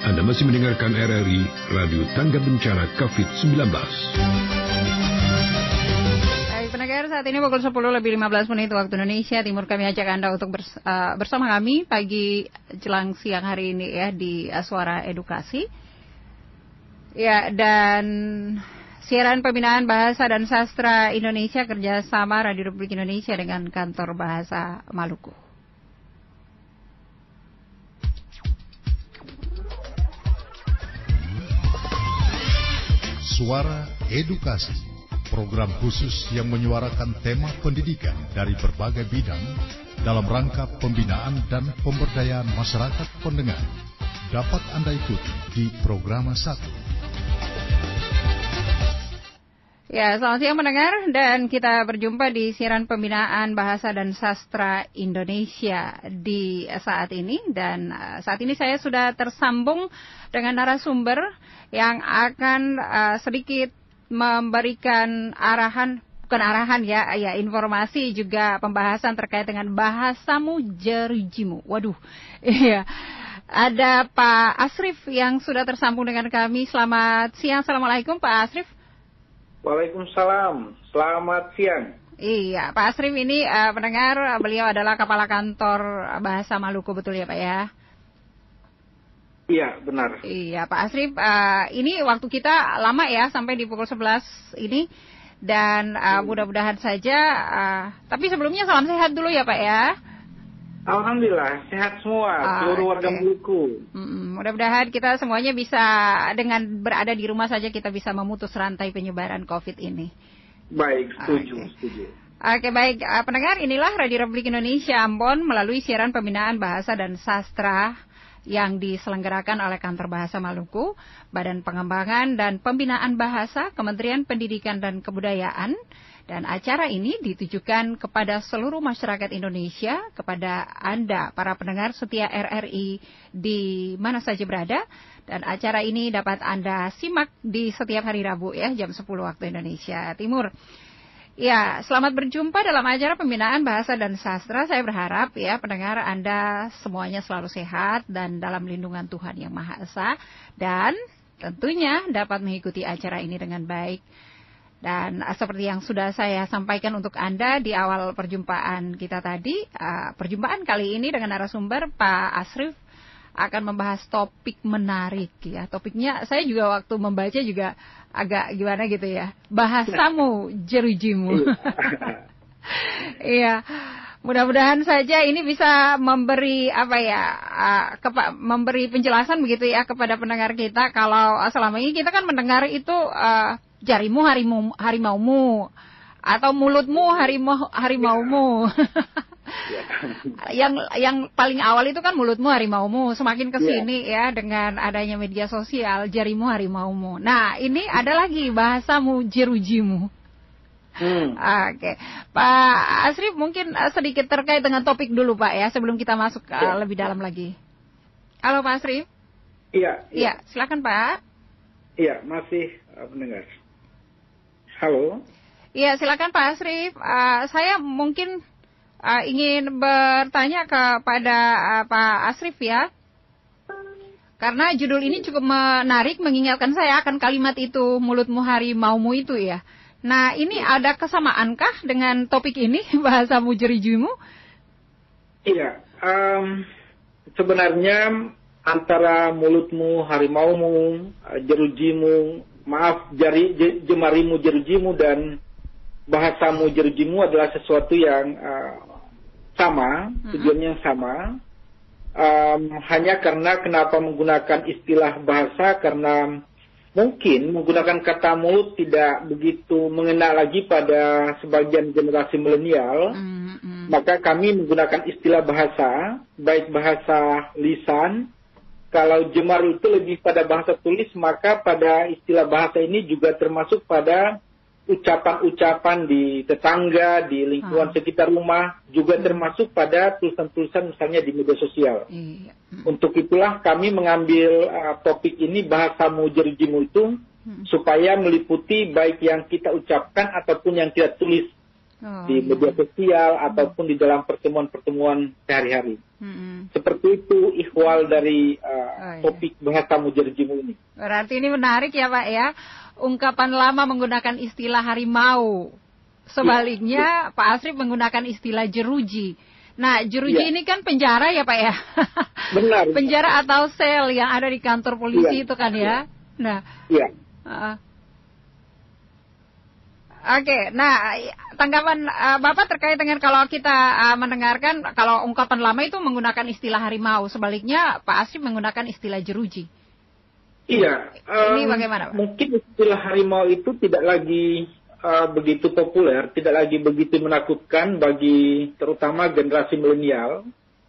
Anda masih mendengarkan RRI Radio Tangga Bencana COVID-19. Baik, pendengar, saat ini pukul 10:15 waktu Indonesia Timur. Kami ajak Anda untuk bersama kami pagi jelang siang hari ini ya di Suara Edukasi. Ya, dan siaran pembinaan bahasa dan sastra Indonesia kerjasama Radio Republik Indonesia dengan Kantor Bahasa Maluku. Suara Edukasi, program khusus yang menyuarakan tema pendidikan dari berbagai bidang dalam rangka pembinaan dan pemberdayaan masyarakat pendengar. Dapat Anda ikuti di program 1. Ya, selamat siang pendengar, dan kita berjumpa di siaran pembinaan bahasa dan sastra Indonesia di saat ini. Dan saat ini saya sudah tersambung dengan narasumber yang akan sedikit memberikan informasi juga pembahasan terkait dengan bahasamu jerijimu. Waduh, iya. Ada Pak Asrif yang sudah tersambung dengan kami. Selamat siang, Assalamualaikum Pak Asrif. Waalaikumsalam, selamat siang. Iya, Pak Asrif ini pendengar, beliau adalah Kepala Kantor Bahasa Maluku, betul ya Pak ya? Iya, benar. Iya, Pak Asrif, ini waktu kita lama ya, sampai di pukul 11 ini. Dan mudah-mudahan saja, tapi sebelumnya salam sehat dulu ya Pak ya. Alhamdulillah, sehat semua, seluruh warga Maluku. Mudah-mudahan kita semuanya bisa, dengan berada di rumah saja, kita bisa memutus rantai penyebaran COVID ini. Baik, setuju. Oke, baik. Pendengar, inilah Radio Republik Indonesia Ambon melalui siaran pembinaan bahasa dan sastra yang diselenggarakan oleh Kantor Bahasa Maluku, Badan Pengembangan dan Pembinaan Bahasa, Kementerian Pendidikan dan Kebudayaan. Dan acara ini ditujukan kepada seluruh masyarakat Indonesia, kepada Anda, para pendengar setia RRI di mana saja berada. Dan acara ini dapat Anda simak di setiap hari Rabu ya, jam 10 waktu Indonesia Timur. Ya, selamat berjumpa dalam acara pembinaan bahasa dan sastra. Saya berharap ya pendengar Anda semuanya selalu sehat dan dalam lindungan Tuhan Yang Maha Esa. Dan tentunya dapat mengikuti acara ini dengan baik. Dan seperti yang sudah saya sampaikan untuk Anda di awal perjumpaan kita tadi, perjumpaan kali ini dengan narasumber Pak Asrif akan membahas topik menarik ya. Topiknya saya juga waktu membaca juga agak gimana gitu ya. Bahasamu jerijimu. Iya. Mudah-mudahan saja ini bisa memberi memberi penjelasan begitu ya kepada pendengar kita. Kalau selama ini kita kan mendengar itu jarimu harimaumu atau mulutmu harimaumu. Yang paling awal itu kan mulutmu harimaumu. Semakin kesini ya dengan adanya media sosial, jarimu harimaumu. Nah, ini ada lagi bahasamu jerujimu. Oke. Pak Asrif mungkin sedikit terkait dengan topik dulu Pak ya, sebelum kita masuk lebih dalam lagi. Halo Pak Asrif. Iya, silakan Pak. Iya, masih mendengar. Halo. Iya, silakan Pak Asrif. Saya mungkin ingin bertanya kepada Pak Asrif ya. Karena judul ini cukup menarik, mengingatkan saya akan kalimat itu, mulutmu harimaumu itu ya. Nah, ini ada kesamaankah dengan topik ini, bahasamu jerijimu? Iya, sebenarnya antara mulutmu harimaumu, jerujimu, jemarimu jerujimu dan bahasamu jerijimu adalah sesuatu yang sama, tujuannya yang sama. Hanya karena kenapa menggunakan istilah bahasa, karena mungkin menggunakan kata mulut tidak begitu mengena lagi pada sebagian generasi milenial. Maka kami menggunakan istilah bahasa, baik bahasa lisan. Kalau jemar itu lebih pada bahasa tulis, maka pada istilah bahasa ini juga termasuk pada ucapan-ucapan di tetangga, di lingkungan sekitar rumah, juga termasuk pada tulisan-tulisan misalnya di media sosial. Untuk itulah kami mengambil topik ini, bahasamu jerijimu itu, supaya meliputi baik yang kita ucapkan ataupun yang kita tulis di media sosial ataupun di dalam pertemuan-pertemuan sehari-hari. Seperti itu ihwal dari topik bahasamu jerjimu ini. Berarti ini menarik ya Pak ya. Ungkapan lama menggunakan istilah harimau. Sebaliknya Pak Asrif menggunakan istilah jeruji. Nah, jeruji ini kan penjara ya Pak ya? Benar. Penjara atau sel yang ada di kantor polisi itu kan ya? Nah. Iya. Oke, nah tanggapan Bapak terkait dengan kalau kita mendengarkan kalau ungkapan lama itu menggunakan istilah harimau, sebaliknya Pak Asrif menggunakan istilah jeruji. Iya. Ini bagaimana Pak? Mungkin istilah harimau itu tidak lagi begitu populer, tidak lagi begitu menakutkan bagi terutama generasi milenial.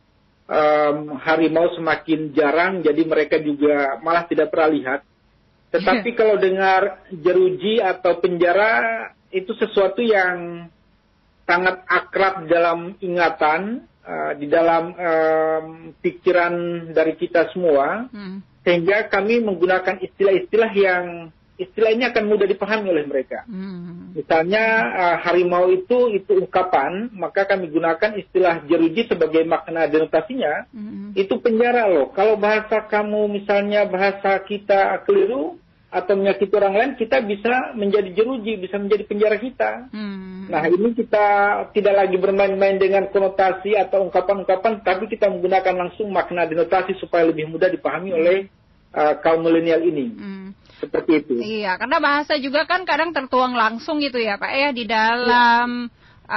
Harimau semakin jarang, jadi mereka juga malah tidak pernah lihat. Tetapi kalau dengar jeruji atau penjara, itu sesuatu yang sangat akrab dalam ingatan, di dalam pikiran dari kita semua, sehingga kami menggunakan istilah-istilah yang istilah ini akan mudah dipahami oleh mereka. Misalnya harimau itu ungkapan, maka kami gunakan istilah jeruji sebagai makna denotasinya, itu penjara loh. Kalau bahasa kamu misalnya bahasa kita keliru, atau menyakiti orang lain, kita bisa menjadi jeruji, bisa menjadi penjara kita. Nah, ini kita tidak lagi bermain-main dengan konotasi atau ungkapan-ungkapan, tapi kita menggunakan langsung makna denotasi supaya lebih mudah dipahami oleh kaum milenial ini. Seperti itu. Iya, karena bahasa juga kan kadang tertuang langsung gitu ya Pak ya, di dalam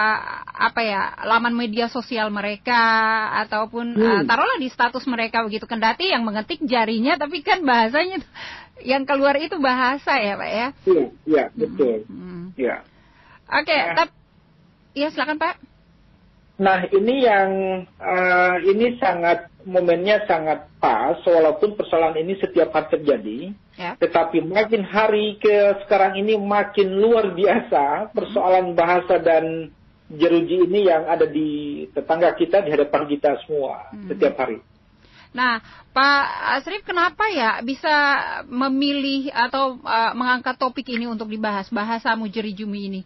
laman media sosial mereka ataupun taruhlah di status mereka begitu, kendati yang mengetik jarinya tapi kan bahasanya yang keluar itu bahasa ya Pak ya. Iya, betul. Iya. Oke, ya silakan Pak. Nah, ini yang ini sangat momennya sangat pas, walaupun persoalan ini setiap hari terjadi. Ya. Tetapi makin hari ke sekarang ini makin luar biasa persoalan bahasa dan jeruji ini yang ada di tetangga kita, di hadapan kita semua setiap hari. Nah, Pak Asrif, kenapa ya bisa memilih atau mengangkat topik ini untuk dibahas, bahasamu jerijumi ini?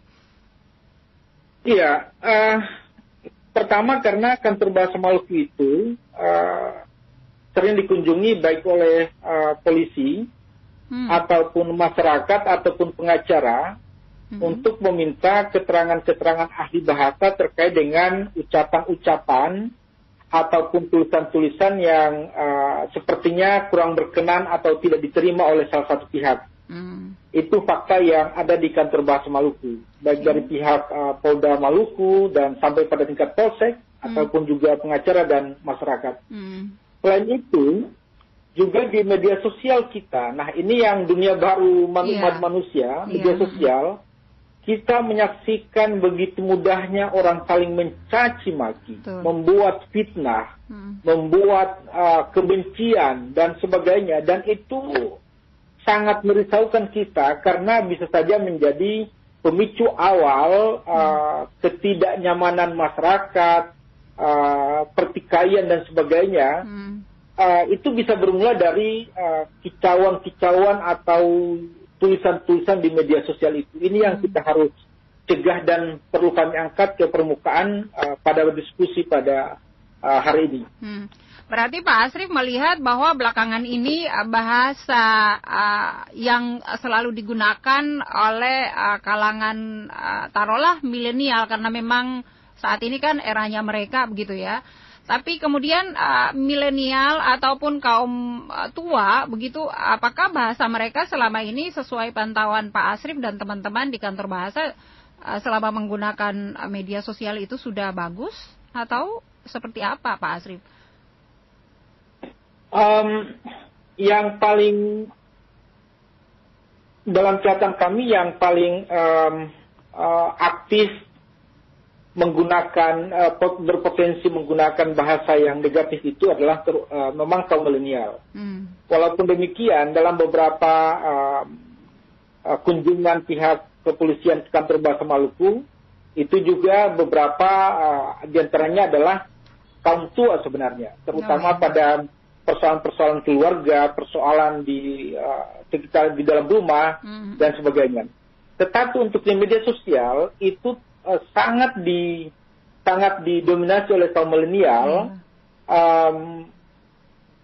Iya, pertama karena kantor bahasa Maluku itu sering dikunjungi baik oleh polisi ataupun masyarakat ataupun pengacara untuk meminta keterangan-keterangan ahli bahasa terkait dengan ucapan-ucapan ataupun tulisan-tulisan yang sepertinya kurang berkenan atau tidak diterima oleh salah satu pihak. Itu fakta yang ada di kantor bahasa Maluku, baik dari pihak Polda Maluku dan sampai pada tingkat polsek ataupun juga pengacara dan masyarakat. Selain itu, juga di media sosial kita, nah ini yang dunia baru manusia, media sosial, kita menyaksikan begitu mudahnya orang saling mencaci maki, membuat fitnah, membuat kebencian dan sebagainya, dan itu sangat merisaukan kita karena bisa saja menjadi pemicu awal ketidaknyamanan masyarakat, pertikaian dan sebagainya. Itu bisa bermula dari kicauan-kicauan atau tulisan-tulisan di media sosial itu. Ini yang kita harus cegah dan perlu kami angkat ke permukaan pada diskusi pada hari ini. Berarti Pak Asrif melihat bahwa belakangan ini bahasa yang selalu digunakan oleh kalangan taruhlah milenial, karena memang saat ini kan eranya mereka begitu ya. Tapi kemudian milenial ataupun kaum tua begitu, apakah bahasa mereka selama ini sesuai pantauan Pak Asrif dan teman-teman di kantor bahasa selama menggunakan media sosial itu sudah bagus atau seperti apa Pak Asrif? Yang paling dalam catatan kami yang paling aktif menggunakan berpotensi menggunakan bahasa yang negatif itu adalah memang kaum milenial. Walaupun demikian, dalam beberapa kunjungan pihak kepolisian ke kantor bahasa Maluku, itu juga beberapa diantaranya adalah kaum tua sebenarnya, terutama pada persoalan-persoalan keluarga, persoalan di sekitar di dalam rumah dan sebagainya. Tetapi untuk di media sosial itu sangat didominasi oleh kaum milenial.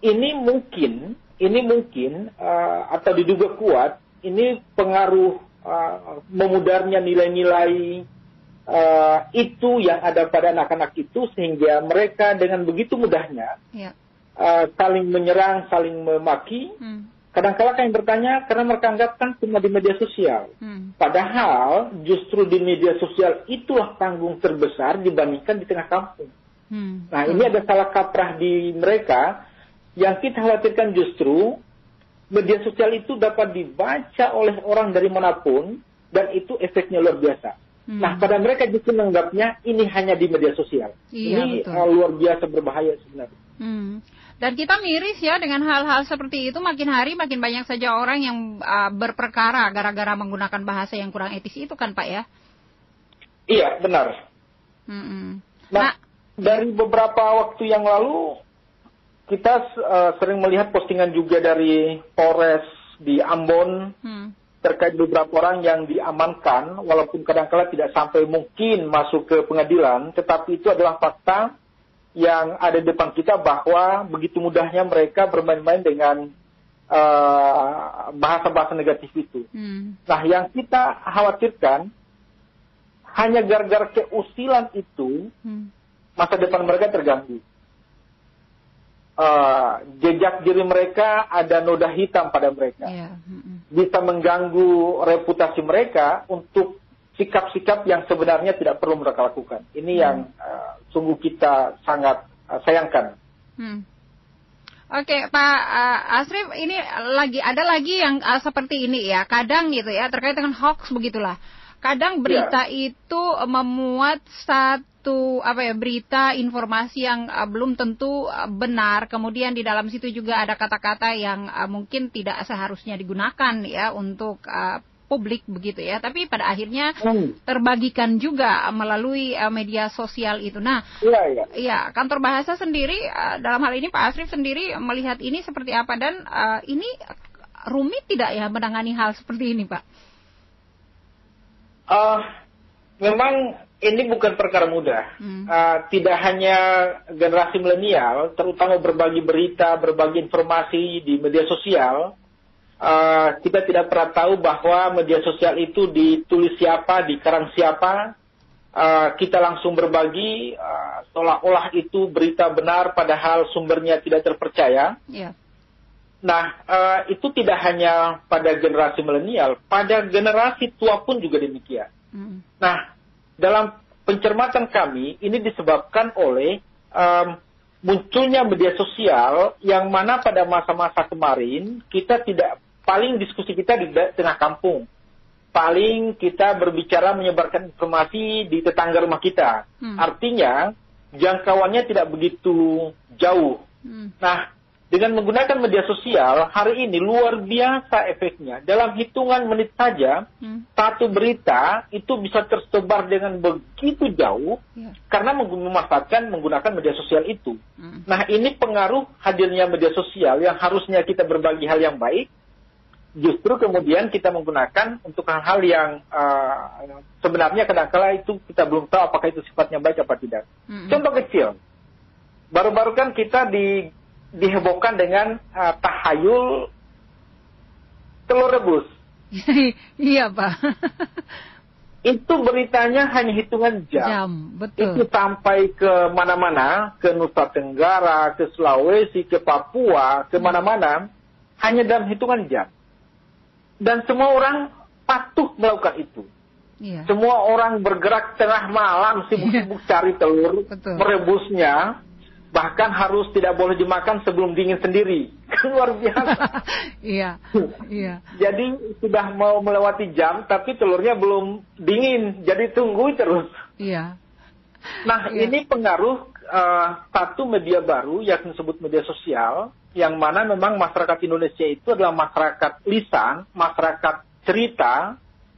ini mungkin atau diduga kuat ini pengaruh memudarnya nilai-nilai itu yang ada pada anak-anak itu, sehingga mereka dengan begitu mudahnya saling menyerang, saling memaki. Kadang-kala yang bertanya karena mereka anggap kan cuma di media sosial. Padahal justru di media sosial itulah panggung terbesar dibandingkan di tengah kampung. Nah, ini ada salah kaprah di mereka. Yang kita khawatirkan justru media sosial itu dapat dibaca oleh orang dari manapun dan itu efeknya luar biasa. Nah, pada mereka justru menganggapnya ini hanya di media sosial. Ini luar biasa berbahaya sebenarnya. Dan kita miris ya dengan hal-hal seperti itu, makin hari makin banyak saja orang yang berperkara gara-gara menggunakan bahasa yang kurang etis itu kan Pak ya? Iya, benar. Nah, dari beberapa waktu yang lalu kita sering melihat postingan juga dari Polres di Ambon terkait beberapa orang yang diamankan, walaupun kadang-kala tidak sampai mungkin masuk ke pengadilan, tetapi itu adalah fakta yang ada di depan kita bahwa begitu mudahnya mereka bermain-main dengan bahasa-bahasa negatif itu. Nah, yang kita khawatirkan hanya gara-gara keusilan itu masa depan mereka terganggu. Jejak diri mereka ada noda hitam pada mereka. Bisa mengganggu reputasi mereka untuk sikap-sikap yang sebenarnya tidak perlu mereka lakukan. Ini yang sungguh kita sangat sayangkan. Oke, Pak Asrif, ini ada lagi yang seperti ini ya. Kadang gitu ya, terkait dengan hoax begitulah. Kadang berita itu memuat berita informasi yang belum tentu benar. Kemudian di dalam situ juga ada kata-kata yang mungkin tidak seharusnya digunakan ya untuk publik begitu ya, tapi pada akhirnya terbagikan juga melalui media sosial itu. Nah, kantor bahasa sendiri dalam hal ini Pak Asrif sendiri melihat ini seperti apa, dan ini rumit tidak ya menangani hal seperti ini, Pak? Memang ini bukan perkara mudah. Tidak hanya generasi milenial, terutama berbagi berita, berbagi informasi di media sosial. Kita tidak pernah tahu bahwa media sosial itu ditulis siapa, dikarang siapa. Kita langsung berbagi seolah-olah itu berita benar padahal sumbernya tidak terpercaya. Nah, itu tidak hanya pada generasi milenial, pada generasi tua pun juga demikian. Nah, dalam pencermatan kami ini disebabkan oleh munculnya media sosial yang mana pada masa-masa kemarin kita tidak, paling diskusi kita di tengah kampung. Paling kita berbicara menyebarkan informasi di tetangga rumah kita. Artinya jangkauannya tidak begitu jauh. Nah, dengan menggunakan media sosial hari ini luar biasa efeknya. Dalam hitungan menit saja satu berita itu bisa tersebar dengan begitu jauh karena memanfaatkan menggunakan media sosial itu. Nah, ini pengaruh hadirnya media sosial yang harusnya kita berbagi hal yang baik. Justru kemudian kita menggunakan untuk hal-hal yang sebenarnya kadang-kala itu kita belum tahu apakah itu sifatnya baik apa tidak. Contoh kecil, baru-baru kan kita dihebohkan dengan tahayul telur rebus. Iya, Pak. Itu beritanya hanya hitungan jam. Betul. Itu sampai ke mana-mana, ke Nusa Tenggara, ke Sulawesi, ke Papua, ke mana-mana, hanya dalam hitungan jam. Dan semua orang patuh melakukan itu. Semua orang bergerak tengah malam sibuk-sibuk cari telur, merebusnya, bahkan harus tidak boleh dimakan sebelum dingin sendiri. Luar biasa. Jadi sudah mau melewati jam, tapi telurnya belum dingin, jadi tunggu terus. Nah, ini pengaruh satu media baru yang disebut media sosial, yang mana memang masyarakat Indonesia itu adalah masyarakat lisan, masyarakat cerita,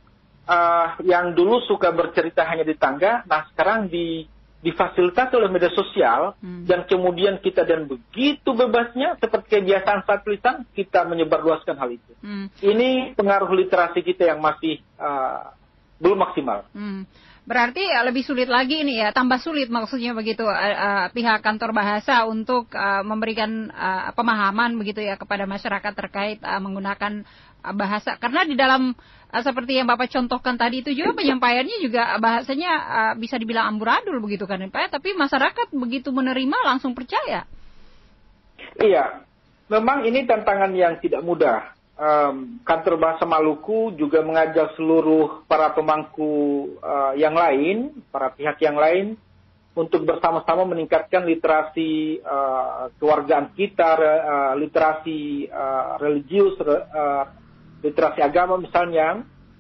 yang dulu suka bercerita hanya di tangga, nah sekarang difasilitasi oleh media sosial, yang kemudian kita dan begitu bebasnya, seperti kebiasaan saat lisan, kita menyebarluaskan hal itu. Ini pengaruh literasi kita yang masih belum maksimal. Berarti lebih sulit lagi ini ya, tambah sulit maksudnya begitu pihak kantor bahasa untuk memberikan pemahaman begitu ya kepada masyarakat terkait menggunakan bahasa. Karena di dalam seperti yang Bapak contohkan tadi itu juga penyampaiannya juga bahasanya bisa dibilang amburadul begitu kan Pak, tapi masyarakat begitu menerima langsung percaya. Iya, memang ini tantangan yang tidak mudah. Kantor Bahasa Maluku juga mengajak seluruh para pemangku yang lain, para pihak yang lain, untuk bersama-sama meningkatkan literasi kewargaan kita, literasi religius, literasi agama misalnya,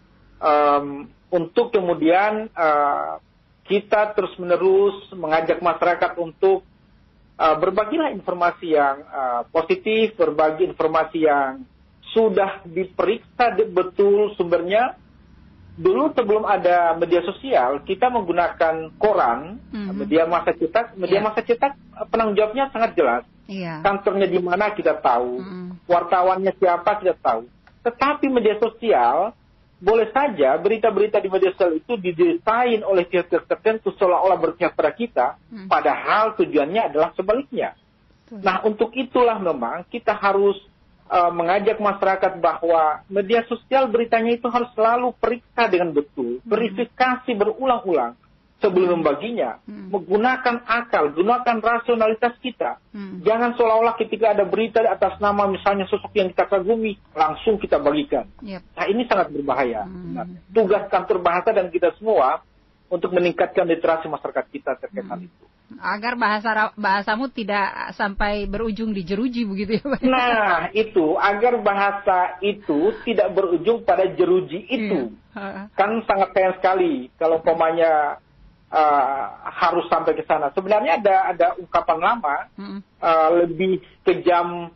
untuk kemudian kita terus-menerus mengajak masyarakat untuk berbagilah informasi yang positif, berbagi informasi yang sudah diperiksa betul sumbernya. Dulu sebelum ada media sosial, kita menggunakan koran, media massa cetak. Massa cetak penanggung jawabnya sangat jelas. Kantornya di mana kita tahu, wartawannya siapa kita tahu. Tetapi media sosial, boleh saja berita-berita di media sosial itu didesain oleh pihak tertentu seolah-olah berpihak pada kita, padahal tujuannya adalah sebaliknya. Nah, untuk itulah memang kita harus mengajak masyarakat bahwa media sosial beritanya itu harus selalu periksa dengan betul, verifikasi berulang-ulang sebelum membaginya, menggunakan akal, gunakan rasionalitas kita. Jangan seolah-olah ketika ada berita atas nama misalnya sosok yang kita kagumi, langsung kita bagikan. Nah, ini sangat berbahaya. Nah, tugas kantor bahasa dan kita semua untuk meningkatkan literasi masyarakat kita terkait hal itu. Agar bahasamu tidak sampai berujung di jeruji begitu ya Pak? Nah, itu agar bahasa itu tidak berujung pada jeruji itu. Kan sangat sayang sekali kalau umpamanya harus sampai ke sana. Sebenarnya ada ungkapan lama lebih kejam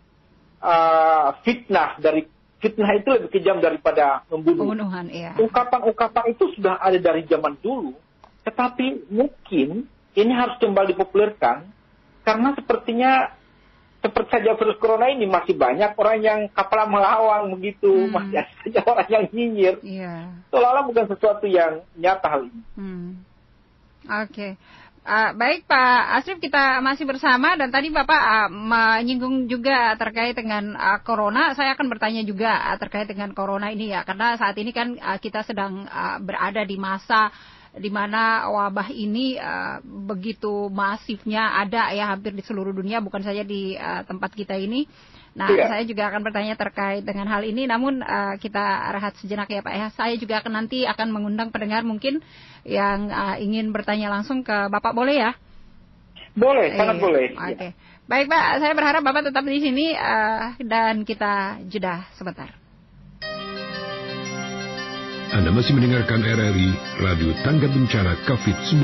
fitnah itu lebih kejam daripada membunuh. Pembunuhan, iya. Ungkapan-ungkapan itu sudah ada dari zaman dulu, tetapi mungkin ini harus kembali dipopulerkan karena sepertinya seperti saja virus corona ini masih banyak orang yang kapal melawang begitu, masih ada saja orang yang nyinyir. Seolah-olah bukan sesuatu yang nyata hal ini. Oke. Baik Pak Asrif, kita masih bersama dan tadi Bapak menyinggung juga terkait dengan corona. Saya akan bertanya juga terkait dengan corona ini ya, karena saat ini kan kita sedang berada di masa di mana wabah ini begitu masifnya ada ya hampir di seluruh dunia, bukan saja di tempat kita ini. Nah, saya juga akan bertanya terkait dengan hal ini, namun kita rehat sejenak ya Pak ya. Saya juga nanti akan mengundang pendengar mungkin yang ingin bertanya langsung ke Bapak, boleh ya? Boleh, sangat boleh. Oke. Baik Pak, saya berharap Bapak tetap di sini dan kita jeda sebentar. Anda masih mendengarkan RRI Radio Tangga Bencana COVID-19.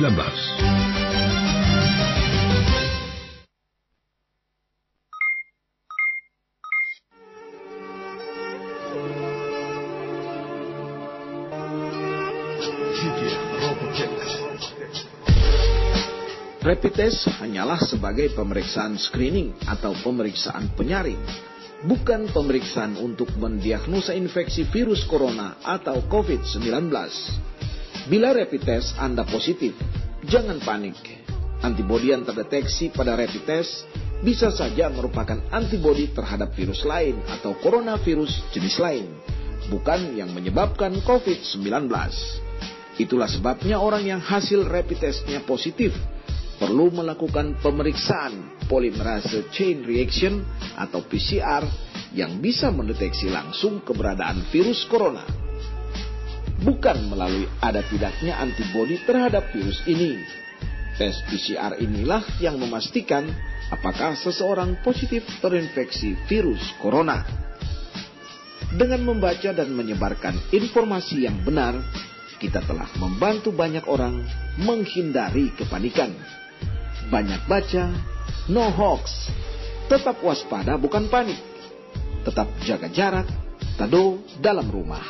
Rapid test hanyalah sebagai pemeriksaan screening atau pemeriksaan penyaring, bukan pemeriksaan untuk mendiagnosa infeksi virus corona atau COVID-19. Bila rapid test Anda positif, jangan panik. Antibodi yang terdeteksi pada rapid test bisa saja merupakan antibodi terhadap virus lain atau coronavirus jenis lain, bukan yang menyebabkan COVID-19. Itulah sebabnya orang yang hasil rapid testnya positif perlu melakukan pemeriksaan polymerase chain reaction atau PCR yang bisa mendeteksi langsung keberadaan virus corona. Bukan melalui ada tidaknya antibodi terhadap virus ini. Tes PCR inilah yang memastikan apakah seseorang positif terinfeksi virus corona. Dengan membaca dan menyebarkan informasi yang benar, kita telah membantu banyak orang menghindari kepanikan. Banyak baca, no hoax. Tetap waspada bukan panik. Tetap jaga jarak, tado dalam rumah.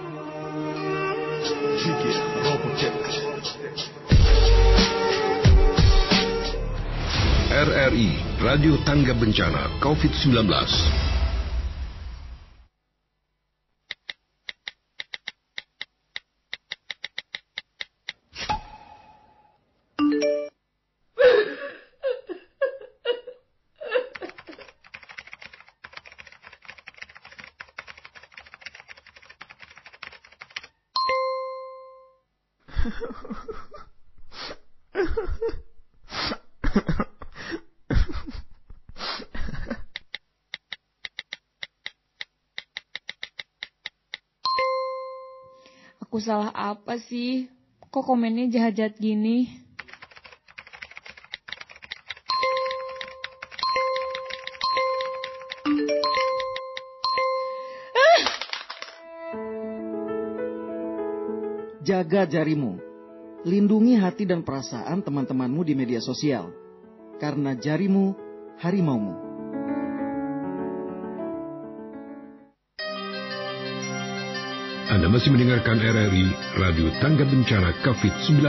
RRI Radio Tangga Bencana COVID-19. Aku salah apa sih? Kok komennya jahat-jahat gini? Jaga jarimu. Lindungi hati dan perasaan teman-temanmu di media sosial. Karena jarimu, harimaumu. Anda masih mendengarkan RRI Radio Tanggap Bencana COVID-19.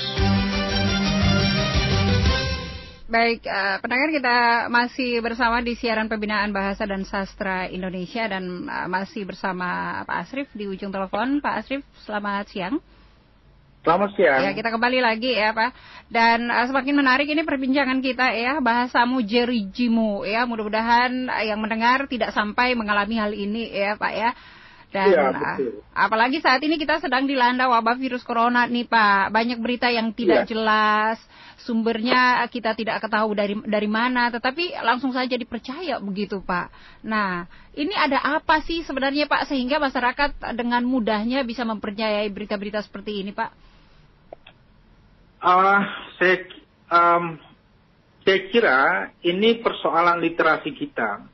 Baik, pendengar, kita masih bersama di siaran Pembinaan Bahasa dan Sastra Indonesia dan masih bersama Pak Asrif di ujung telepon. Pak Asrif, selamat siang. Selamat siang. Ya, kita kembali lagi ya Pak. Dan semakin menarik ini perbincangan kita ya, bahasamu jerijimu ya. Mudah-mudahan yang mendengar tidak sampai mengalami hal ini ya Pak ya. Dan ya, apalagi saat ini kita sedang dilanda wabah virus corona nih Pak. Banyak berita yang tidak jelas, sumbernya kita tidak ketahui dari mana, tetapi langsung saja dipercaya begitu Pak. Nah, ini ada apa sih sebenarnya Pak sehingga masyarakat dengan mudahnya bisa mempercayai berita-berita seperti ini Pak? Saya kira ini persoalan literasi kita.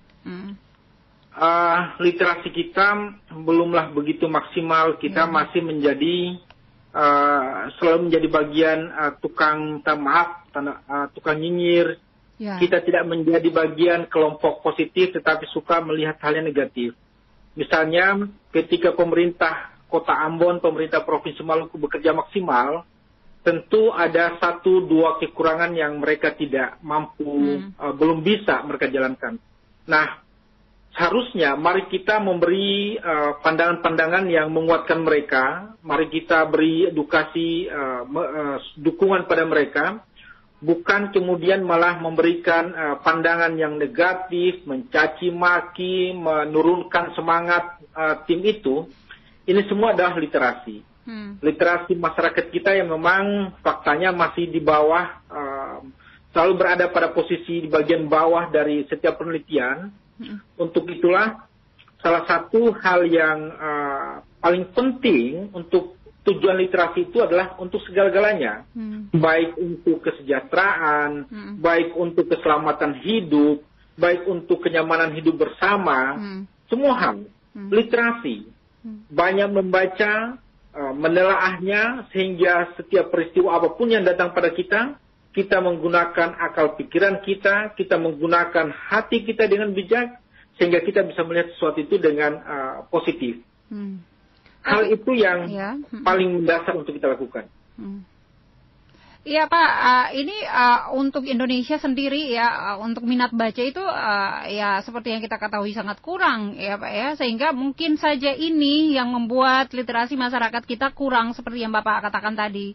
Literasi kita belumlah begitu maksimal. Kita masih menjadi selalu menjadi bagian tukang tukang nyinyir. Kita tidak menjadi bagian kelompok positif tetapi suka melihat hal yang negatif. Misalnya ketika pemerintah Kota Ambon, pemerintah Provinsi Maluku bekerja maksimal, tentu ada 1-2 kekurangan yang mereka tidak mampu, belum bisa mereka jalankan. Nah, seharusnya mari kita memberi pandangan-pandangan yang menguatkan mereka. Mari kita beri edukasi, dukungan pada mereka. Bukan kemudian malah memberikan pandangan yang negatif, mencaci maki, menurunkan semangat tim itu. Ini semua adalah literasi. Literasi masyarakat kita yang memang faktanya masih di bawah, selalu berada pada posisi di bagian bawah dari setiap penelitian. Untuk itulah salah satu hal yang paling penting untuk tujuan literasi itu adalah untuk segala-galanya. Baik untuk kesejahteraan, baik untuk keselamatan hidup, baik untuk kenyamanan hidup bersama, semua hal. Literasi. Banyak membaca, menelaahnya sehingga setiap peristiwa apapun yang datang pada kita, kita menggunakan akal pikiran kita, kita menggunakan hati kita dengan bijak, sehingga kita bisa melihat sesuatu itu dengan positif. Hal itu yang paling mendasar untuk kita lakukan. Iya Pak, ini untuk Indonesia sendiri ya, untuk minat baca itu ya seperti yang kita ketahui sangat kurang ya Pak ya, sehingga mungkin saja ini yang membuat literasi masyarakat kita kurang seperti yang Bapak katakan tadi.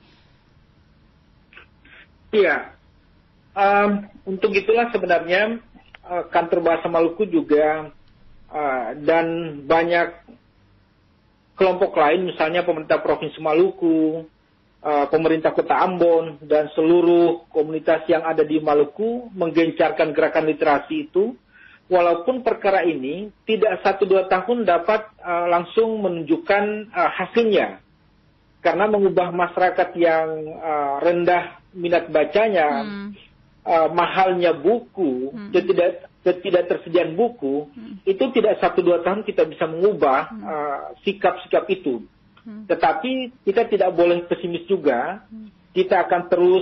Iya, untuk itulah sebenarnya Kantor Bahasa Maluku juga dan banyak kelompok lain, misalnya pemerintah Provinsi Maluku, pemerintah Kota Ambon, dan seluruh komunitas yang ada di Maluku menggencarkan gerakan literasi itu, walaupun perkara ini tidak 1-2 tahun dapat langsung menunjukkan hasilnya. Karena mengubah masyarakat yang rendah minat bacanya, mahalnya buku, ketidaktersediaan buku, itu tidak 1-2 tahun kita bisa mengubah sikap-sikap itu. Tetapi kita tidak boleh pesimis juga. Kita akan terus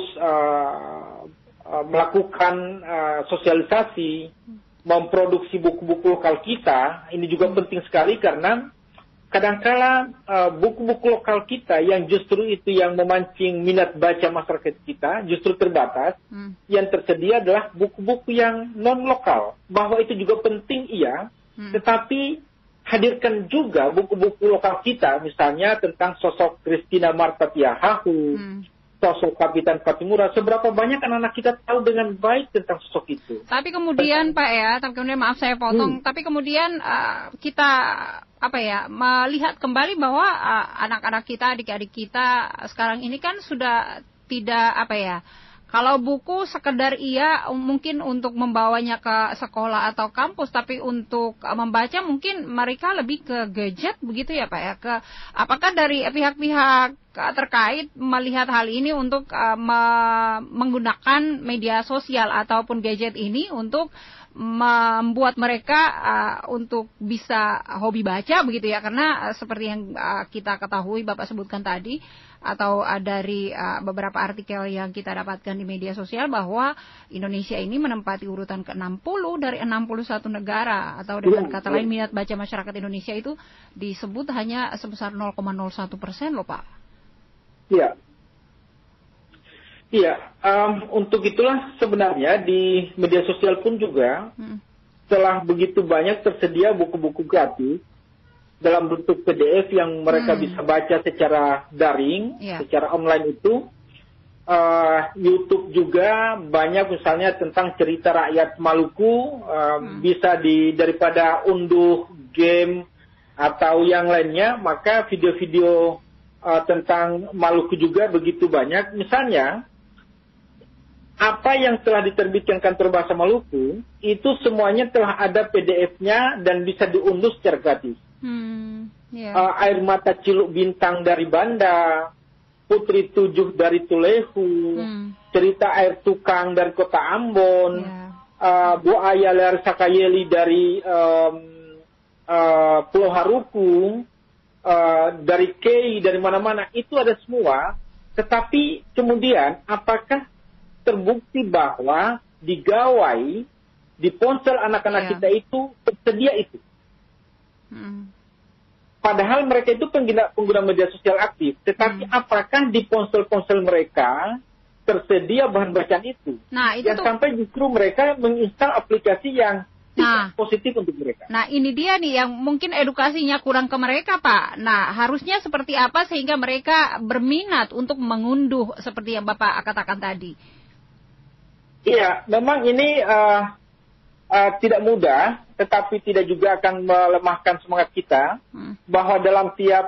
melakukan sosialisasi, memproduksi buku-buku lokal kita. Ini juga penting sekali karena kadangkala buku-buku lokal kita yang justru itu yang memancing minat baca masyarakat kita justru terbatas. Yang tersedia adalah buku-buku yang non-lokal. Bahwa itu juga penting, iya. Tetapi hadirkan juga buku-buku lokal kita, misalnya tentang sosok Christina Marta Tiahahu, sosok Kapitan Patimura, seberapa banyak anak-anak kita tahu dengan baik tentang sosok itu. Tapi kemudian Pak ya, maaf saya potong, tapi kemudian kita melihat kembali bahwa anak-anak kita, adik-adik kita sekarang ini kan sudah tidak kalau buku sekedar mungkin untuk membawanya ke sekolah atau kampus, tapi untuk membaca mungkin mereka lebih ke gadget begitu ya Pak ya. Apakah dari pihak-pihak terkait melihat hal ini untuk menggunakan media sosial ataupun gadget ini untuk membuat mereka untuk bisa hobi baca begitu ya, karena seperti yang kita ketahui Bapak sebutkan tadi atau dari beberapa artikel yang kita dapatkan di media sosial bahwa Indonesia ini menempati urutan ke-60 dari 61 negara, atau dengan kata lain minat baca masyarakat Indonesia itu disebut hanya sebesar 0,01% loh Pak. Iya, untuk itulah sebenarnya di media sosial pun juga telah begitu banyak tersedia buku-buku gratis dalam bentuk PDF yang mereka bisa baca secara daring, secara online itu. YouTube juga banyak misalnya tentang cerita rakyat Maluku, bisa daripada unduh game atau yang lainnya, maka video-video tentang Maluku juga begitu banyak. Misalnya, apa yang telah diterbitkan Kantor Bahasa Maluku, itu semuanya telah ada PDF-nya dan bisa diunduh secara gratis. Air Mata Ciluk Bintang dari Banda, Putri Tujuh dari Tulehu, Cerita Air Tukang dari Kota Ambon, Buaya Ler Sakayeli dari Pulau Haruku, dari Kei, dari mana-mana, itu ada semua. Tetapi kemudian apakah terbukti bahwa di gawai, di ponsel anak-anak kita itu tersedia itu? Padahal mereka itu pengguna media sosial aktif, tetapi apakah di ponsel-ponsel mereka tersedia bahan bacaan itu? Nah, itu sampai justru mereka menginstal aplikasi yang tidak positif untuk mereka. Nah, ini dia nih yang mungkin edukasinya kurang ke mereka, Pak. Nah, harusnya seperti apa sehingga mereka berminat untuk mengunduh seperti yang Bapak katakan tadi? Iya, memang ini tidak mudah, tetapi tidak juga akan melemahkan semangat kita bahwa dalam tiap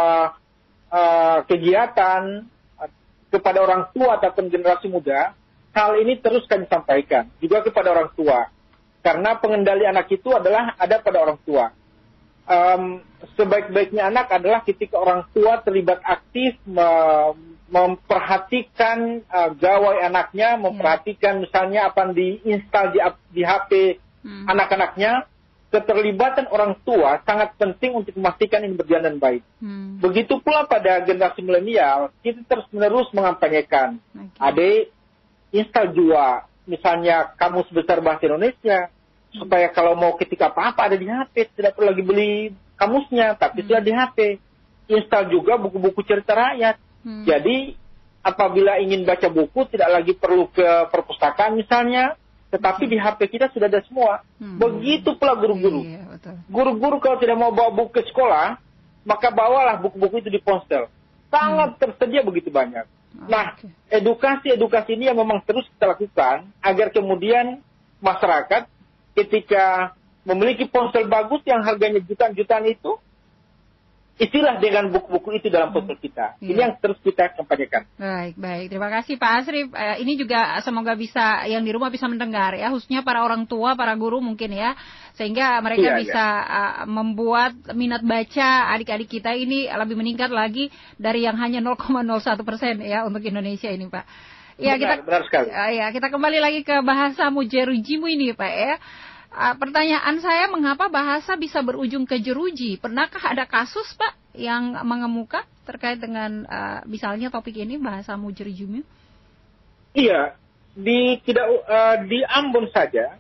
kegiatan kepada orang tua ataupun generasi muda, hal ini terus kami sampaikan juga kepada orang tua, karena pengendali anak itu adalah ada pada orang tua. Sebaik-baiknya anak adalah ketika orang tua terlibat aktif memperhatikan gawai anaknya, memperhatikan misalnya apa yang diinstal di HP anak-anaknya. Keterlibatan orang tua sangat penting untuk memastikan ini berjalan dengan baik. Begitu pula pada generasi milenial, kita terus-menerus mengampanyekan. Adik, install Jua, misalnya Kamus Besar Bahasa Indonesia, supaya kalau mau ketika apa-apa ada di HP, tidak perlu lagi beli kamusnya, tapi sudah di HP. Install juga buku-buku cerita rakyat. Jadi, apabila ingin baca buku, tidak lagi perlu ke perpustakaan misalnya, tetapi di HP kita sudah ada semua. Begitu pula guru-guru. Guru-guru kalau tidak mau bawa buku ke sekolah, maka bawalah buku-buku itu di ponsel. Sangat tersedia begitu banyak. Nah, edukasi ini yang memang terus kita lakukan, agar kemudian masyarakat ketika memiliki ponsel bagus yang harganya jutaan-jutaan itu, isilah dengan buku-buku itu dalam ponsel kita. Ini yang terus kita kampanyekan. Baik. Terima kasih Pak Asrif. Ini juga semoga bisa, yang di rumah bisa mendengar ya, khususnya para orang tua, para guru mungkin ya, sehingga mereka bisa membuat minat baca adik-adik kita ini lebih meningkat lagi dari yang hanya 0,01% ya untuk Indonesia ini Pak. Ya, benar sekali. Kita kembali lagi ke bahasa Mujerujimu ini Pak ya. Pertanyaan saya, mengapa bahasa bisa berujung ke jeruji? Pernahkah ada kasus Pak yang mengemuka terkait dengan misalnya topik ini, bahasa Mujerujimu? Iya, di Ambon saja.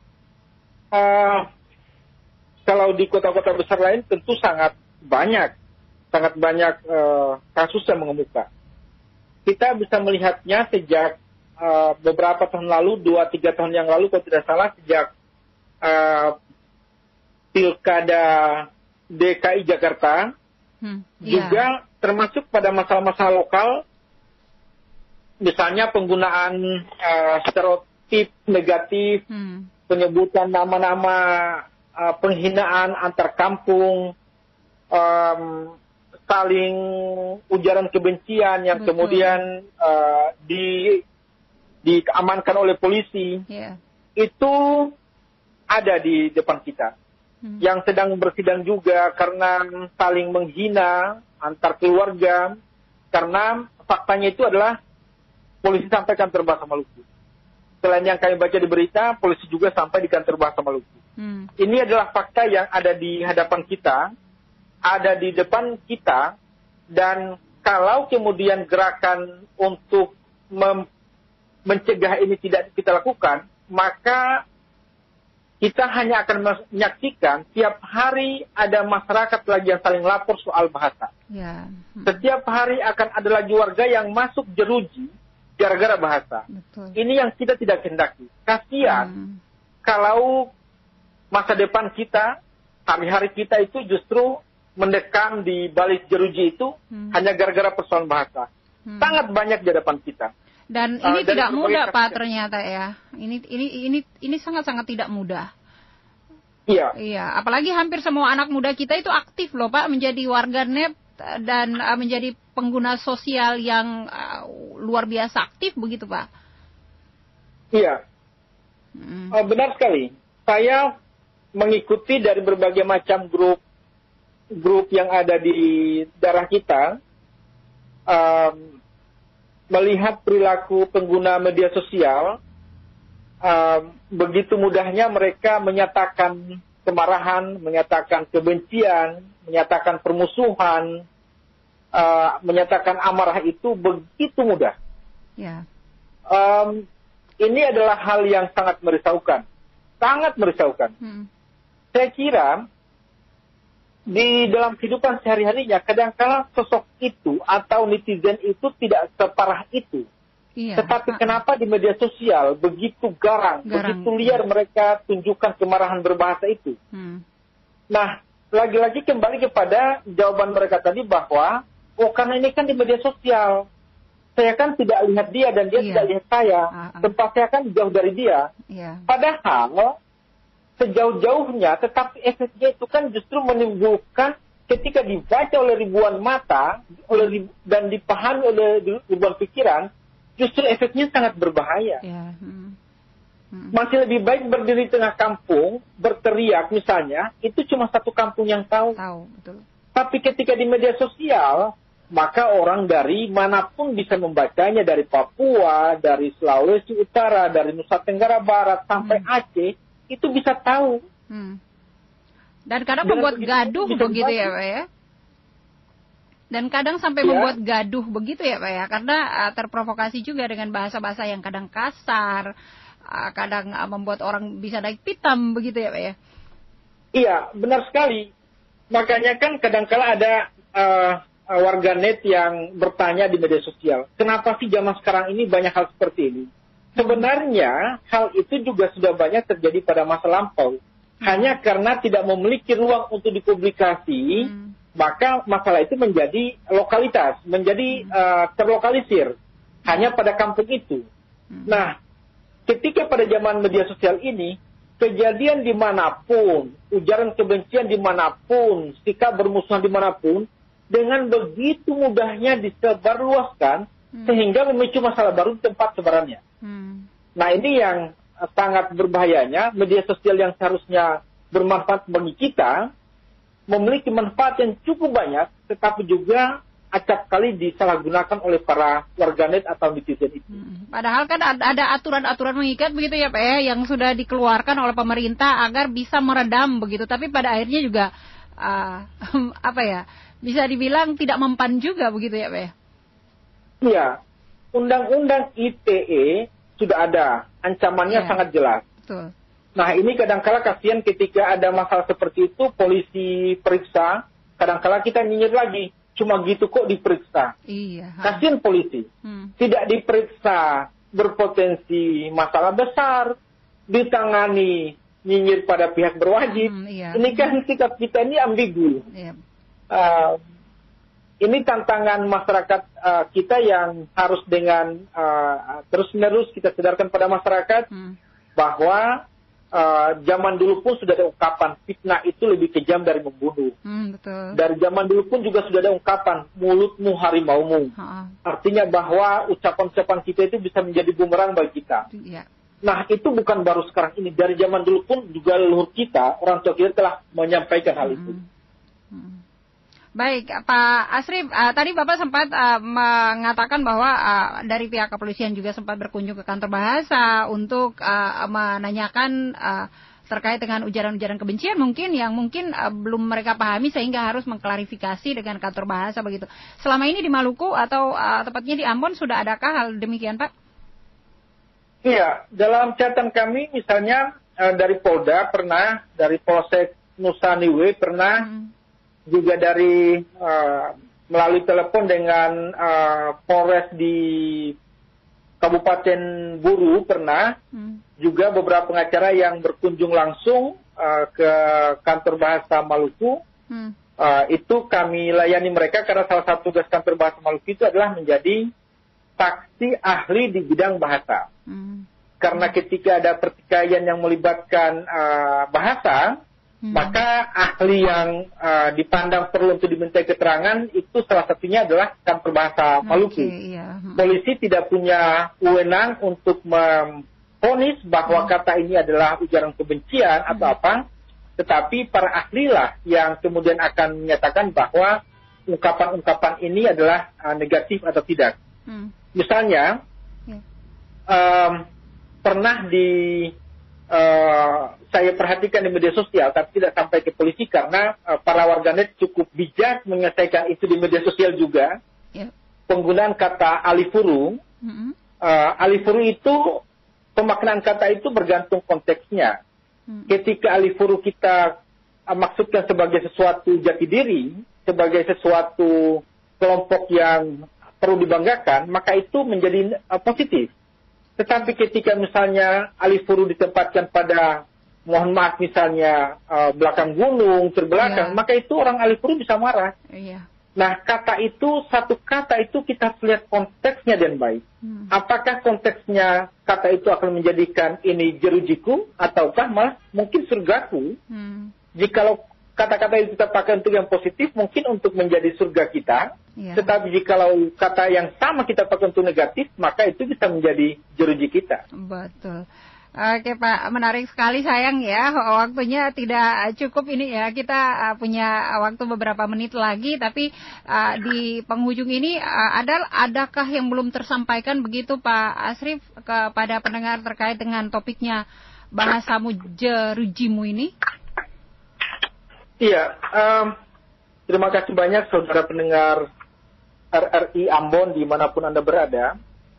Kalau di kota-kota besar lain tentu sangat banyak kasus yang mengemuka. Kita bisa melihatnya sejak beberapa tahun lalu, 2-3 tahun yang lalu kalau tidak salah, sejak Pilkada DKI Jakarta, juga termasuk pada masalah-masalah lokal, misalnya penggunaan stereotip negatif, penyebutan nama-nama, penghinaan antar kampung, saling ujaran kebencian yang kemudian diamankan oleh polisi, itu ada di depan kita. Yang sedang bersidang juga karena saling menghina antar keluarga, karena faktanya itu adalah polisi sampai kantor Bahasa Maluku. Selain yang kami baca di berita, polisi juga sampai di kantor Bahasa Maluku. Ini adalah fakta yang ada di hadapan kita, ada di depan kita, dan kalau kemudian gerakan untuk mencegah ini tidak kita lakukan, maka kita hanya akan menyaksikan tiap hari ada masyarakat lagi yang saling lapor soal bahasa. Setiap hari akan ada lagi warga yang masuk jeruji gara-gara bahasa. Betul. Ini yang kita tidak kehendaki. Kasihan kalau masa depan kita, hari-hari kita itu justru mendekam di balik jeruji itu hanya gara-gara persoalan bahasa. Sangat banyak di hadapan kita. Dan ini tidak mudah, Pak, ternyata ya. Ini sangat-sangat tidak mudah. Iya. Iya, apalagi hampir semua anak muda kita itu aktif loh, Pak, menjadi warganet dan menjadi pengguna sosial yang luar biasa aktif begitu, Pak. Iya. Benar sekali. Saya mengikuti dari berbagai macam grup yang ada di daerah kita, melihat perilaku pengguna media sosial, begitu mudahnya mereka menyatakan kemarahan, menyatakan kebencian, menyatakan permusuhan, menyatakan amarah itu begitu mudah. Ini adalah hal yang sangat merisaukan. Sangat merisaukan. Saya kira di dalam kehidupan sehari-harinya kadang-kala sosok itu atau netizen itu tidak separah itu. Tetapi kenapa di media sosial begitu garang, begitu liar mereka tunjukkan kemarahan berbahasa itu. Nah, lagi-lagi kembali kepada jawaban mereka tadi bahwa, karena ini kan di media sosial. Saya kan tidak lihat dia dan dia tidak lihat saya. Tempat saya kan jauh dari dia. Padahal sejauh-jauhnya, tetapi efeknya itu kan justru menimbulkan ketika dibaca oleh ribuan mata dan dipahami oleh ribuan pikiran, justru efeknya sangat berbahaya. Masih lebih baik berdiri di tengah kampung, berteriak misalnya, itu cuma satu kampung yang tahu. Betul. Tapi ketika di media sosial, maka orang dari manapun bisa membacanya, dari Papua, dari Sulawesi Utara, dari Nusa Tenggara Barat, sampai Aceh, itu bisa tahu. Dan kadang membuat gaduh begitu ya, Pak ya? Dan kadang sampai membuat gaduh begitu ya, Pak ya? Karena terprovokasi juga dengan bahasa-bahasa yang kadang kasar, kadang membuat orang bisa naik pitam begitu ya, Pak ya? Iya, benar sekali. Makanya kan kadang-kala ada warganet yang bertanya di media sosial, kenapa sih zaman sekarang ini banyak hal seperti ini? Sebenarnya hal itu juga sudah banyak terjadi pada masa lampau. Hanya karena tidak memiliki ruang untuk dipublikasi, maka masalah itu menjadi lokalitas, menjadi terlokalisir hanya pada kampung itu. Nah, ketika pada zaman media sosial ini, kejadian dimanapun, ujaran kebencian dimanapun, sikap bermusuhan dimanapun, dengan begitu mudahnya disebarluaskan, sehingga memicu masalah baru di tempat sebarannya. Nah, ini yang sangat berbahayanya. Media sosial yang seharusnya bermanfaat bagi kita, memiliki manfaat yang cukup banyak, tetapi juga acap kali disalahgunakan oleh para warganet atau netizen itu. Padahal kan ada aturan-aturan mengikat begitu ya, Pak ya, yang sudah dikeluarkan oleh pemerintah agar bisa meredam begitu. Tapi pada akhirnya juga bisa dibilang tidak mempan juga begitu ya, Pak ya? Iya, Undang-Undang ITE sudah ada, ancamannya sangat jelas. Betul. Nah, ini kadang-kala kasihan ketika ada masalah seperti itu, polisi periksa, kadang-kala kita nyinyir lagi, cuma gitu kok diperiksa. Kasihan polisi, tidak diperiksa, berpotensi masalah besar, ditangani, nyinyir pada pihak berwajib. Ini kan sikap kita ini ambigu. ini tantangan masyarakat kita yang harus dengan terus-menerus kita sadarkan pada masyarakat bahwa zaman dulu pun sudah ada ungkapan fitnah itu lebih kejam dari membunuh. Betul. Dari zaman dulu pun juga sudah ada ungkapan mulutmu harimaumu. Artinya bahwa ucapan-ucapan kita itu bisa menjadi bumerang bagi kita. Ya. Nah, itu bukan baru sekarang ini. Dari zaman dulu pun juga leluhur kita, orang tua kita telah menyampaikan hal itu. Baik, Pak Asrif, tadi Bapak sempat mengatakan bahwa dari pihak kepolisian juga sempat berkunjung ke kantor bahasa untuk menanyakan terkait dengan ujaran-ujaran kebencian mungkin belum mereka pahami sehingga harus mengklarifikasi dengan kantor bahasa begitu. Selama ini di Maluku atau tepatnya di Ambon sudah adakah hal demikian, Pak? Iya, dalam catatan kami misalnya dari Polda pernah, dari Polsek Nusa Niue pernah, juga dari melalui telepon dengan Polres di Kabupaten Buru pernah, juga beberapa pengacara yang berkunjung langsung ke kantor bahasa Maluku, itu kami layani mereka karena salah satu tugas kantor bahasa Maluku itu adalah menjadi saksi ahli di bidang bahasa. Karena ketika ada pertikaian yang melibatkan bahasa, maka ahli yang dipandang perlu untuk diminta keterangan itu salah satunya adalah kantor bahasa Maluku. Polisi tidak punya wewenang untuk memvonis bahwa kata ini adalah ujaran kebencian atau apa, tetapi para ahli lah yang kemudian akan menyatakan bahwa ungkapan-ungkapan ini adalah negatif atau tidak. Misalnya, pernah saya perhatikan di media sosial, tapi tidak sampai ke polisi karena para warganet cukup bijak menyelesaikan itu di media sosial juga. Penggunaan kata alifuru. Alifuru itu, pemaknaan kata itu bergantung konteksnya. Ketika alifuru kita maksudkan sebagai sesuatu jati diri, sebagai sesuatu kelompok yang perlu dibanggakan, maka itu menjadi positif. Tetapi ketika misalnya alifuru ditempatkan pada, mohon maaf misalnya belakang gunung, terbelakang, maka itu orang alifuru bisa marah. Nah, kata itu, satu kata itu kita harus lihat konteksnya dengan baik. Apakah konteksnya kata itu akan menjadikan ini jerujiku, ataukah malah mungkin surgaku? Jikalau kata-kata itu kita pakai untuk yang positif, mungkin untuk menjadi surga kita. Tetapi jikalau kata yang sama kita pakai untuk negatif, maka itu bisa menjadi jeruji kita. Betul. Oke Pak, menarik sekali, sayang ya waktunya tidak cukup ini ya, kita punya waktu beberapa menit lagi, tapi di penghujung ini adakah yang belum tersampaikan begitu Pak Asrif kepada pendengar terkait dengan topiknya bahasamu jerujimu ini? Iya, terima kasih banyak saudara pendengar RRI Ambon dimanapun Anda berada.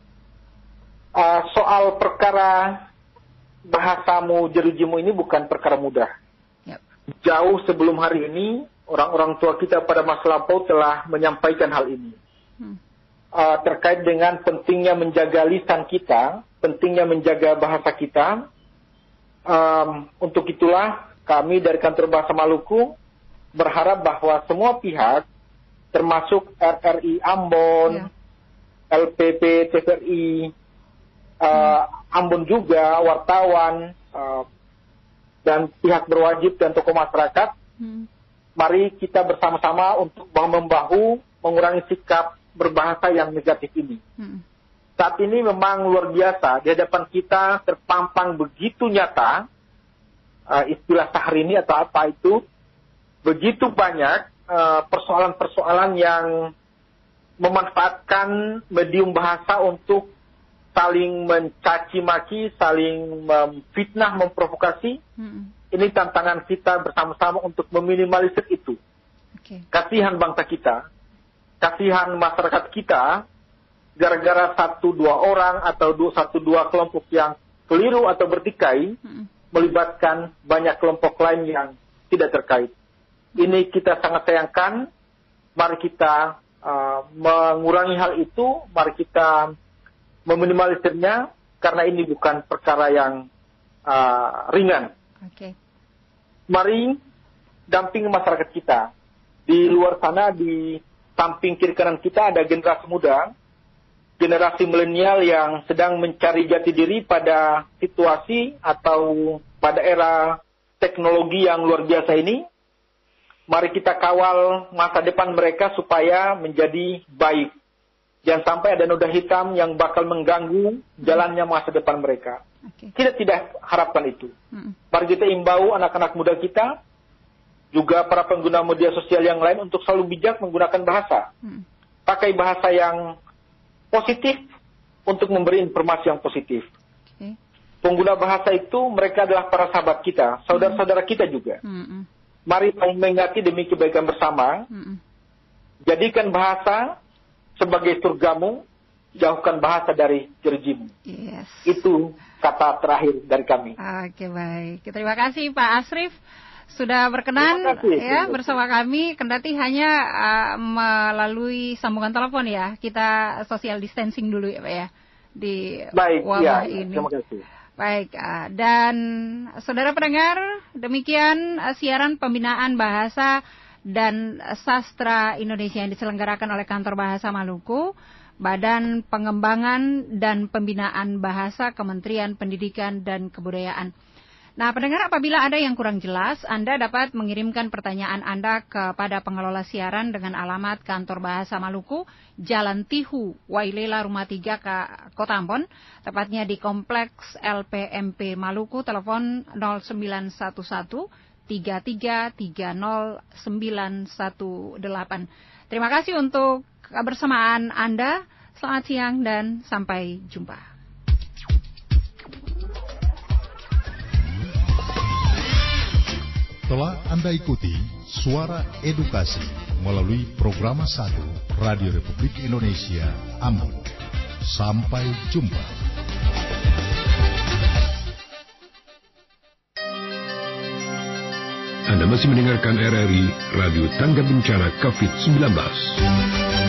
Soal perkara bahasamu jerujimu ini bukan perkara mudah. Jauh sebelum hari ini, orang-orang tua kita pada masa lampau telah menyampaikan hal ini. Terkait dengan pentingnya menjaga lisan kita, pentingnya menjaga bahasa kita. Untuk itulah kami dari Kantor Bahasa Maluku berharap bahwa semua pihak, termasuk RRI Ambon, LPP TVRI, Ambon juga, wartawan, dan pihak berwajib dan tokoh masyarakat, mari kita bersama-sama untuk bahu-membahu mengurangi sikap berbahasa yang negatif ini. Saat ini memang luar biasa, di hadapan kita terpampang begitu nyata, istilah Syahrini atau apa itu, begitu banyak persoalan-persoalan yang memanfaatkan medium bahasa untuk saling mencaci maki, saling memfitnah, memprovokasi. Ini tantangan kita bersama-sama untuk meminimalisir itu. Kasihan bangsa kita, kasihan masyarakat kita, gara-gara 1-2 orang atau 1-2 kelompok yang keliru atau bertikai, melibatkan banyak kelompok lain yang tidak terkait. Ini kita sangat sayangkan. Mari kita mengurangi hal itu, mari kita meminimalisirnya, karena ini bukan perkara yang ringan. Mari dampingi masyarakat kita. Di luar sana, di samping kiri kanan kita ada generasi muda, generasi milenial yang sedang mencari jati diri pada situasi atau pada era teknologi yang luar biasa ini. Mari kita kawal masa depan mereka supaya menjadi baik. Jangan sampai ada noda hitam yang bakal mengganggu jalannya masa depan mereka. Kita tidak harapkan itu. Mari kita imbau anak-anak muda kita, juga para pengguna media sosial yang lain untuk selalu bijak menggunakan bahasa. Pakai bahasa yang positif untuk memberi informasi yang positif. Pengguna bahasa itu mereka adalah para sahabat kita, saudara-saudara kita juga. Mari mengingati demi kebaikan bersama. Jadikan bahasa sebagai surgamu, jauhkan bahasa dari jerujimu. Itu kata terakhir dari kami. Oke, baik. Terima kasih Pak Asrif sudah berkenan bersama kami, kendati hanya melalui sambungan telepon ya. Kita social distancing dulu ya Pak ya di wabah ini. Terima kasih. Baik, dan saudara pendengar, demikian siaran pembinaan bahasa dan sastra Indonesia yang diselenggarakan oleh Kantor Bahasa Maluku, Badan Pengembangan dan Pembinaan Bahasa Kementerian Pendidikan dan Kebudayaan. Nah, pendengar, apabila ada yang kurang jelas, Anda dapat mengirimkan pertanyaan Anda kepada pengelola siaran dengan alamat Kantor Bahasa Maluku, Jalan Tihu, Wailela, Rumah 3, Kota Ambon, tepatnya di Kompleks LPMP Maluku, telepon 0911 33309118. Terima kasih untuk kebersamaan Anda. Selamat siang dan sampai jumpa. Telah Anda ikuti Suara Edukasi melalui Program 1 Radio Republik Indonesia Ambon. Sampai jumpa. Anda masih mendengarkan RRI Radio Tangga Bencana COVID-19.